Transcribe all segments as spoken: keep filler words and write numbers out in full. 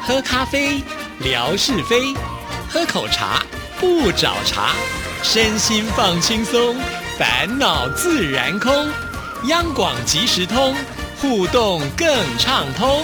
喝咖啡，聊是非；喝口茶，不找茬。身心放轻松，烦恼自然空。央广即时通，互动更畅通。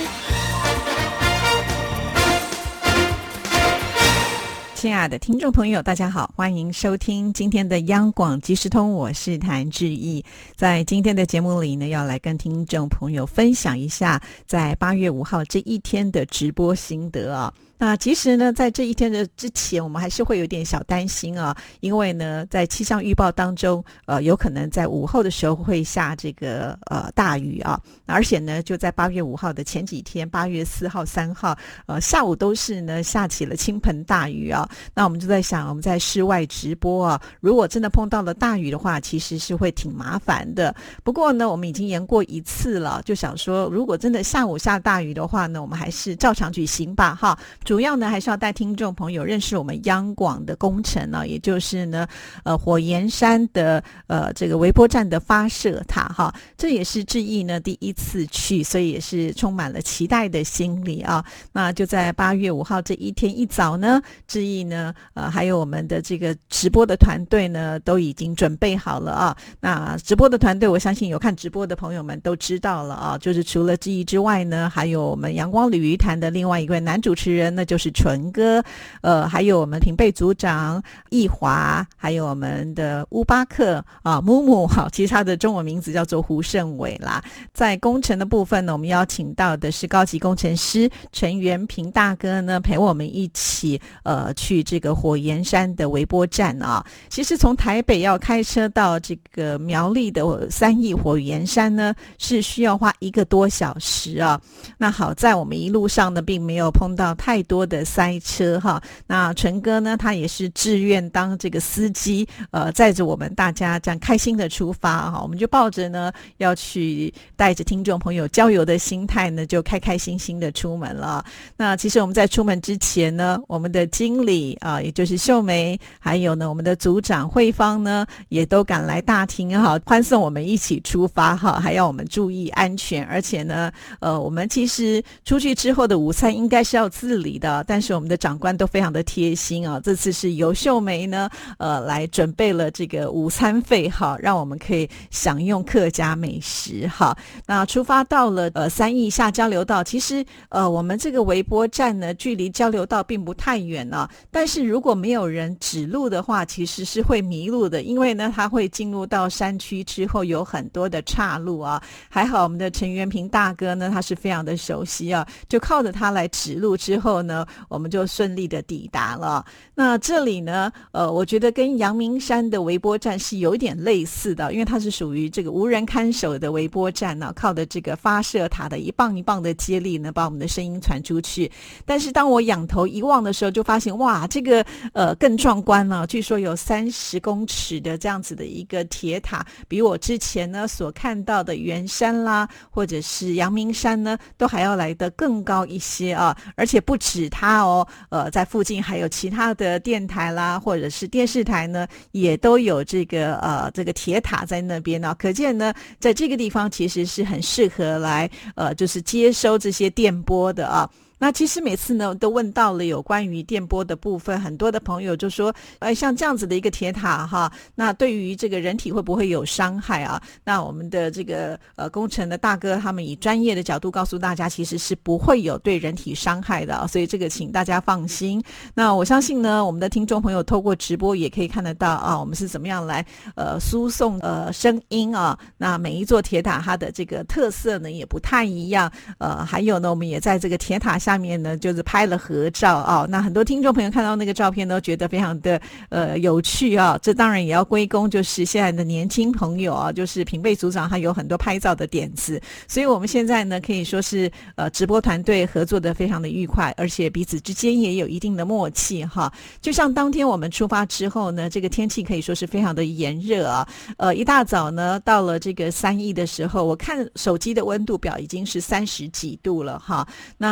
亲爱的听众朋友，大家好，欢迎收听今天的央广即时通，我是谭志毅。在今天的节目里呢，要来跟听众朋友分享一下在八月五号这一天的直播心得啊。那其实呢，在这一天的之前，我们还是会有点小担心啊，因为呢，在气象预报当中，呃，有可能在午后的时候会下这个呃大雨啊，而且呢，就在八月五号的前几天，八月四号、三号，呃，下午都是呢下起了倾盆大雨啊。那我们就在想，我们在室外直播啊，如果真的碰到了大雨的话，其实是会挺麻烦的。不过呢，我们已经延过一次了，就想说，如果真的下午下大雨的话呢，我们还是照常举行吧，哈。主要呢还是要带听众朋友认识我们央广的工程呢、啊，也就是呢呃火焰山的呃这个微波站的发射塔哈，这也是志毅呢第一次去，所以也是充满了期待的心理啊。那就在八月五号这一天一早呢，志毅呢呃还有我们的这个直播的团队呢都已经准备好了啊。那直播的团队，我相信有看直播的朋友们都知道了啊，就是除了志毅之外呢，还有我们阳光鲤鱼潭的另外一位男主持人，那就是纯哥，呃，还有我们平贝组长易华，还有我们的乌巴克啊木木，好，其实他的中文名字叫做胡胜伟啦。在工程的部分呢，我们邀请到的是高级工程师陈元平大哥呢，陪我们一起呃去这个火焰山的微波站啊。其实从台北要开车到这个苗栗的三义火焰山呢，是需要花一个多小时啊。那好在我们一路上呢，并没有碰到太多的塞车哈。那纯哥呢，他也是志愿当这个司机，呃，载着我们大家这样开心的出发哈。我们就抱着呢要去带着听众朋友郊游的心态呢，就开开心心的出门了。那其实我们在出门之前呢，我们的经理啊、呃，也就是秀梅，还有呢我们的组长慧芳呢，也都赶来大厅哈，欢送我们一起出发哈，还要我们注意安全。而且呢，呃，我们其实出去之后的午餐应该是要自理的，但是我们的长官都非常的贴心啊，这次是由秀梅呢，呃，来准备了这个午餐费哈，让我们可以享用客家美食哈。那出发到了呃三义下交流道，其实呃我们这个微波站呢，距离交流道并不太远啊，但是如果没有人指路的话，其实是会迷路的，因为呢它会进入到山区之后有很多的岔路啊。还好我们的陈元平大哥呢，他是非常的熟悉啊，就靠着他来指路之后呢，我们就顺利的抵达了。那这里呢呃，我觉得跟阳明山的微波站是有一点类似的，因为它是属于这个无人看守的微波站呢、啊，靠着这个发射塔的一棒一棒的接力呢，把我们的声音传出去。但是当我仰头一望的时候，就发现哇，这个呃更壮观了，据说有三十公尺的这样子的一个铁塔，比我之前呢所看到的圆山啦，或者是阳明山呢，都还要来得更高一些啊。而且不止它哦，呃，在附近还有其他的电台啦，或者是电视台呢，也都有这个呃这个铁塔在那边呢、啊。可见呢，在这个地方其实是很适合来呃就是接收这些电波的啊。那其实每次呢都问到了有关于电波的部分，很多的朋友就说哎，像这样子的一个铁塔哈，那对于这个人体会不会有伤害啊？那我们的这个呃工程的大哥他们以专业的角度告诉大家，其实是不会有对人体伤害的、啊、所以这个请大家放心。那我相信呢，我们的听众朋友透过直播也可以看得到啊，我们是怎么样来呃输送呃声音啊。那每一座铁塔它的这个特色呢也不太一样，呃还有呢我们也在这个铁塔下面呢就是拍了合照啊，那很多听众朋友看到那个照片都觉得非常的呃有趣啊。这当然也要归功就是现在的年轻朋友啊，就是平贝组长他有很多拍照的点子，所以我们现在呢可以说是呃直播团队合作的非常的愉快，而且彼此之间也有一定的默契哈。就像当天我们出发之后呢，这个天气可以说是非常的炎热啊，呃一大早呢到了这个三义的时候，我看手机的温度表已经是三十几度了哈。那因为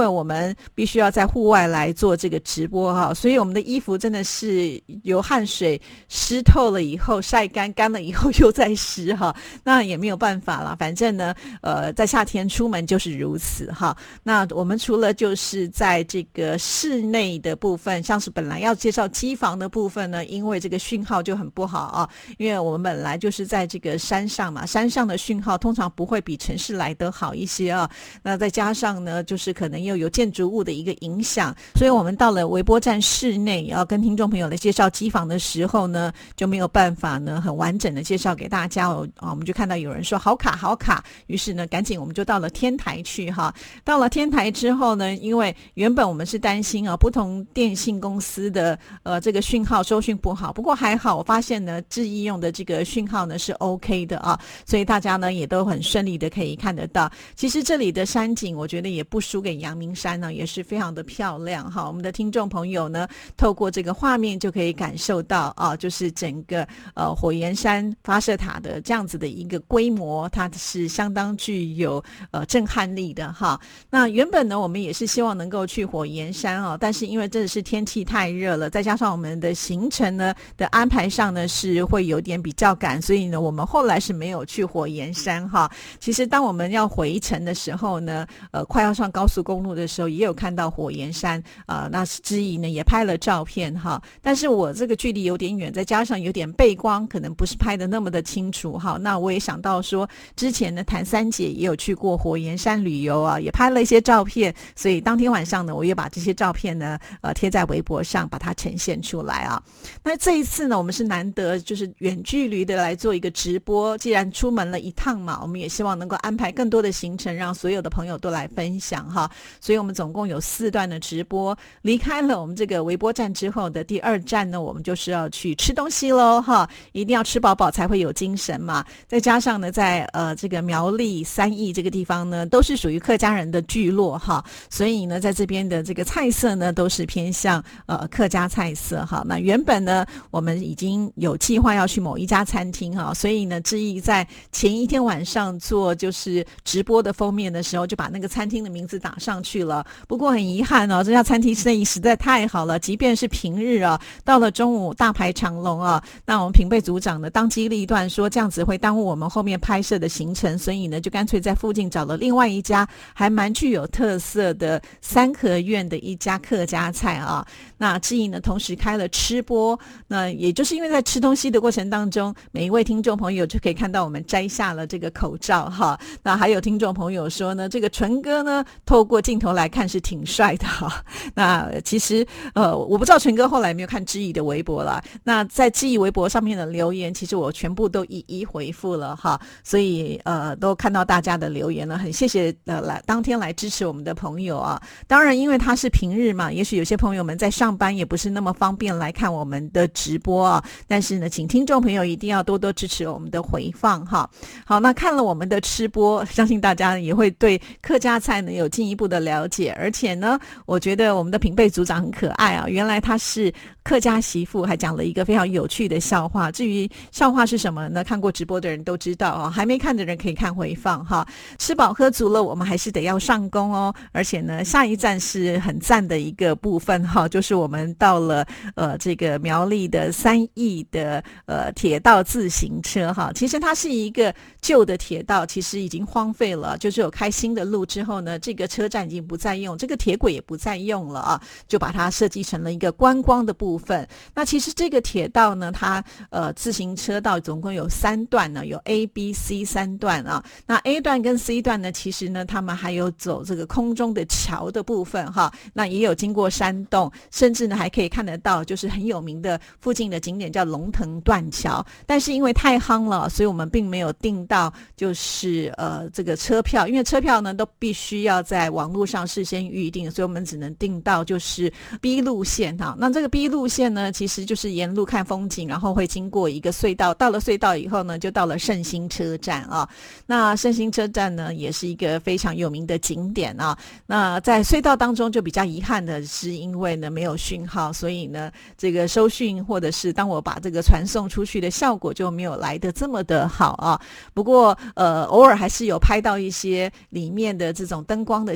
我们必须要在户外来做这个直播哈，所以我们的衣服真的是有汗水湿透了以后晒干，干了以后又再湿哈，那也没有办法了，反正呢呃在夏天出门就是如此哈。那我们除了就是在这个室内的部分，像是本来要介绍机房的部分呢，因为这个讯号就很不好啊，因为我们本来就是在这个山上嘛，山上的讯号通常不会比城市来得好一些啊，那再加上呢就是可能又有建筑物的一个影响，所以我们到了微波站室内要跟听众朋友来介绍机房的时候呢，就没有办法呢很完整的介绍给大家哦。啊，我们就看到有人说好卡好卡，于是呢赶紧我们就到了天台去哈。到了天台之后呢，因为原本我们是担心啊不同电信公司的呃这个讯号收讯不好，不过还好我发现呢智易用的这个讯号呢是 OK 的啊，所以大家呢也都很顺利的可以看得到。其实这里的山景我觉得也不输给阳明山呢，也是非常的漂亮哈。我们的听众朋友呢透过这个画面就可以感受到啊，就是整个呃火焰山发射塔的这样子的一个规模，它是相当具有呃震撼力的哈。那原本呢我们也是希望能够去火焰山啊，但是因为真的是天气太热了，再加上我们的行程呢的安排上呢是会有点比较赶，所以呢我们后来是没有去火焰山哈。其实当我们要回程的时候呢，呃快要上高速公路的时候也有看到火焰山啊、呃，那知怡呢也拍了照片哈，但是我这个距离有点远，再加上有点背光，可能不是拍的那么的清楚哈。那我也想到说之前呢谭三姐也有去过火焰山旅游啊，也拍了一些照片，所以当天晚上呢我也把这些照片呢呃贴在微博上把它呈现出来啊。那这一次呢我们是难得就是远距离的来做一个直播，既然出门了一趟嘛，我们也希望能够安排更多的行程让所有的朋友都来分享哈。所以我们总共有四段的直播，离开了我们这个微波站之后的第二站呢，我们就是要去吃东西咯哈，一定要吃饱饱才会有精神嘛。再加上呢在呃这个苗栗三义这个地方呢都是属于客家人的聚落哈，所以呢在这边的这个菜色呢都是偏向呃客家菜色哈。那原本呢我们已经有计划要去某一家餐厅哈，所以呢志毅在前一天晚上做就是直播的封面的时候就把那个餐厅的名字打上去了。不过很遗憾哦，这家餐厅生意实在太好了，即便是平日啊，到了中午大排长龙啊，那我们平备组长呢当机立断说这样子会耽误我们后面拍摄的行程，所以呢就干脆在附近找了另外一家还蛮具有特色的三合院的一家客家菜啊。那志毅呢同时开了吃播，那也就是因为在吃东西的过程当中，每一位听众朋友就可以看到我们摘下了这个口罩哈。那还有听众朋友说呢，这个纯哥呢透过镜头来看是挺帅的哈。那其实呃我不知道纯哥后来有没有看志毅的微博啦，那在志毅微博上面的留言其实我全部都一一回复了哈，所以呃都看到大家的留言了，很谢谢呃来当天来支持我们的朋友啊。当然因为他是平日嘛，也许有些朋友们在上班也不是那么方便来看我们的直播啊，但是呢请听众朋友一定要多多支持我们的回放哈。好，那看了我们的吃播，相信大家也会对客家菜呢有进一步的了解，而且呢我觉得我们的平备组长很可爱啊，原来他是客家媳妇，还讲了一个非常有趣的笑话。至于笑话是什么呢，看过直播的人都知道啊，还没看的人可以看回放哈。吃饱喝足了，我们还是得要上工哦，而且呢下一站是很赞的一个部分哈，就是我们到了呃这个苗栗的三义的呃铁道自行车哈。其实它是一个旧的铁道，其实已经荒废了，就是有开新的路之后呢，这个车站已经不再用，这个铁轨也不再用了啊，就把它设计成了一个观光的部分。那其实这个铁道呢，它呃自行车道总共有三段呢，有 A、B、C 三段啊。那 A 段跟 C 段呢，其实呢他们还有走这个空中的桥的部分哈，那也有经过山洞，甚至呢还可以看得到就是很有名的附近的景点叫龙腾断桥。但是因为太夯了，所以我们并没有订到就是呃这个车票，因为车票呢都必须要在网络上事先预定，所以我们只能订到就是 B 路线哈。那这个 B 路线呢其实就是沿路看风景，然后会经过一个隧道，到了隧道以后呢就到了圣心车站啊。那圣心车站呢也是一个非常有名的景点啊。那在隧道当中就比较遗憾的是因为呢没有讯号，所以呢这个收讯或者是当我把这个传送出去的效果就没有来得这么的好啊。不过呃偶尔还是有拍到一些里面的这种灯光的气氛，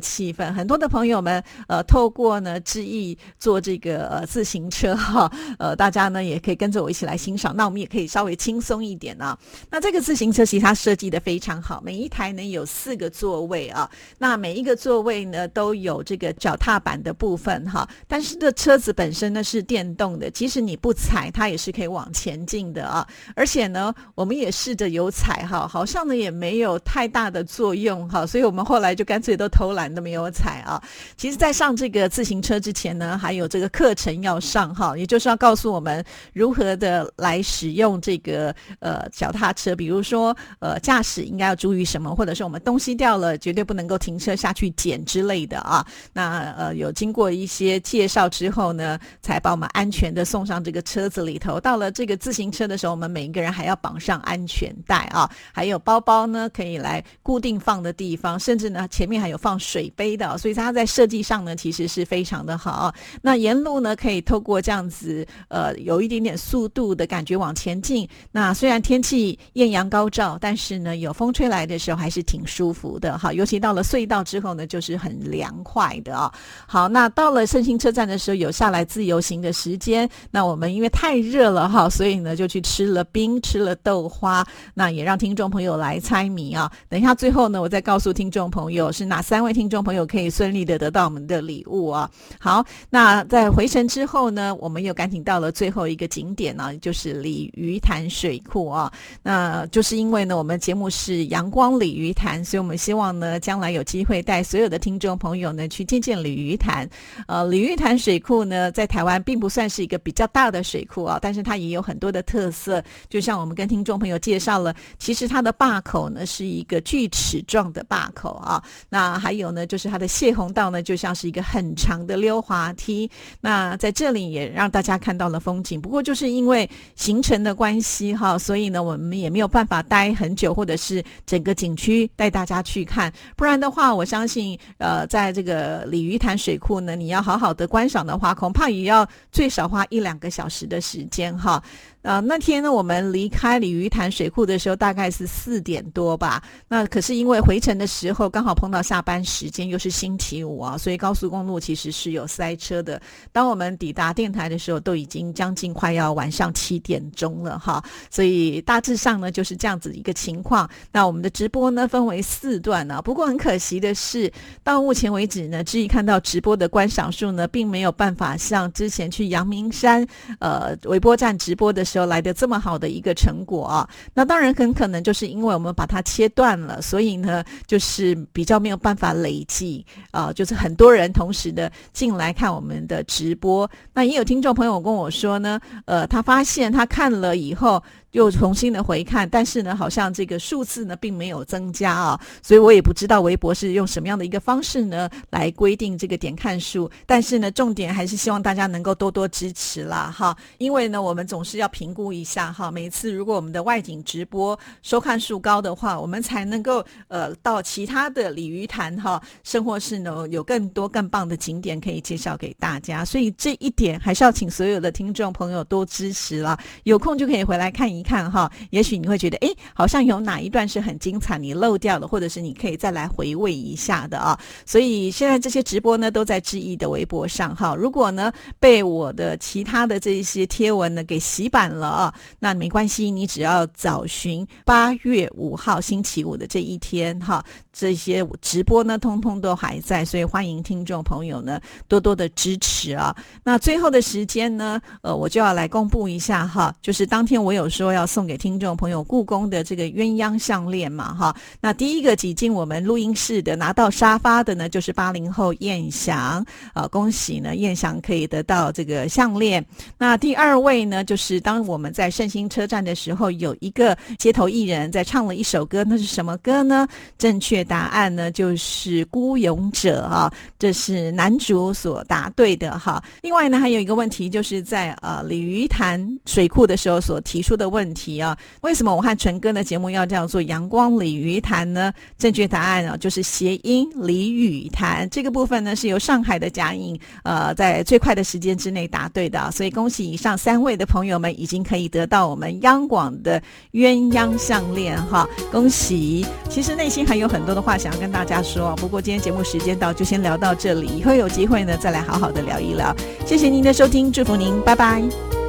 分。很多的朋友们呃透过呢志毅做这个呃自行车哈，呃大家呢也可以跟着我一起来欣赏，那我们也可以稍微轻松一点啊。那这个自行车其实它设计的非常好，每一台呢有四个座位啊，那每一个座位呢都有这个脚踏板的部分哈，但是这车子本身呢是电动的，即使你不踩它也是可以往前进的啊。而且呢我们也试着有踩哈，好像呢也没有太大的作用哈，所以我们后来就干脆都偷懒都没有踩啊。其实在上这个自行车之前呢，还有这个课程要上哈，也就是要告诉我们如何的来使用这个呃脚踏车，比如说呃驾驶应该要注意什么，或者是我们东西掉了绝对不能够停车下去捡之类的啊。那呃有经过一些介绍之后呢，才把我们安全的送上这个车子里头。到了这个自行车的时候，我们每一个人还要绑上安全带啊，还有包包呢可以来固定放的地方，甚至呢前面还有放水杯的，所以它在设计上呢其实是非常的好。那沿路呢可以透过这样子呃有一点点速度的感觉往前进，那虽然天气艳阳高照，但是呢有风吹来的时候还是挺舒服的哈，尤其到了隧道之后呢就是很凉快的啊。好，那到了圣心车站的时候有下来自由行的时间，那我们因为太热了哈，所以呢就去吃了冰，吃了豆花，那也让听众朋友来猜谜啊。等一下最后呢我再告诉听众朋友是哪三位听众朋友可以顺利的得到我们的礼物啊。好，那在回程之后呢，我们又赶紧到了最后一个景点呢、啊，就是鲤鱼潭水库啊。那就是因为呢我们节目是阳光鲤鱼潭，所以我们希望呢将来有机会带所有的听众朋友呢去见见鲤鱼潭。呃，鲤鱼潭水库呢在台湾并不算是一个比较大的水库啊，但是它也有很多的特色，就像我们跟听众朋友介绍了，其实它的坝口呢是一个锯齿状的坝口啊。那还有呢就是它的泄洪道呢就像是一个很长的溜滑梯，那在这里也让大家看到了风景。不过就是因为行程的关系哈，所以呢我们也没有办法待很久，或者是整个景区带大家去看，不然的话我相信呃在这个鲤鱼潭水库呢你要好好的观赏的话，恐怕也要最少花一两个小时的时间哈。呃，那天呢，我们离开鲤鱼潭水库的时候大概是四点多吧。那可是因为回程的时候刚好碰到下班时间，又是星期五啊，所以高速公路其实是有塞车的。当我们抵达电台的时候，都已经将近快要晚上七点钟了哈。所以大致上呢就是这样子一个情况。那我们的直播呢分为四段啊，不过很可惜的是，到目前为止呢，至于看到直播的观赏数呢，并没有办法像之前去阳明山呃微波站直播的时候。时候来的这么好的一个成果啊。那当然很可能就是因为我们把它切断了，所以呢就是比较没有办法累积啊、呃，就是很多人同时的进来看我们的直播。那也有听众朋友跟我说呢，呃，他发现他看了以后又重新的回看，但是呢好像这个数字呢并没有增加啊，所以我也不知道微博是用什么样的一个方式呢来规定这个点看数，但是呢重点还是希望大家能够多多支持啦哈，因为呢我们总是要评估一下哈，每次如果我们的外景直播收看数高的话，我们才能够呃到其他的鲤鱼潭哈生活室呢有更多更棒的景点可以介绍给大家，所以这一点还是要请所有的听众朋友多支持啦，有空就可以回来看一看哈，也许你会觉得诶好像有哪一段是很精彩你漏掉了，或者是你可以再来回味一下的啊。所以现在这些直播呢都在志毅的微博上哈，如果呢被我的其他的这些贴文呢给洗版了啊，那没关系，你只要找寻八月五号星期五的这一天哈，这些直播呢通通都还在，所以欢迎听众朋友呢多多的支持啊。那最后的时间呢呃我就要来公布一下哈，就是当天我有说要送给听众朋友故宫的这个鸳鸯项链嘛哈，那第一个挤进我们录音室的拿到沙发的呢就是八零后燕翔啊，恭喜呢燕翔可以得到这个项链。那第二位呢就是当我们在圣心车站的时候，有一个街头艺人在唱了一首歌，那是什么歌呢？正确答案呢就是孤勇者啊，这是男主所答对的哈。另外呢还有一个问题，就是在呃鲤鱼潭水库的时候所提出的问问题啊，为什么我和纯哥的节目要叫做阳光鲤鱼潭呢？正确答案啊，就是谐音鲤鱼潭。这个部分呢是由上海的佳颖呃在最快的时间之内答对的，所以恭喜以上三位的朋友们已经可以得到我们央广的鸳鸯项链哈，恭喜！其实内心还有很多的话想要跟大家说，不过今天节目时间到，就先聊到这里，以后有机会呢再来好好的聊一聊。谢谢您的收听，祝福您，拜拜。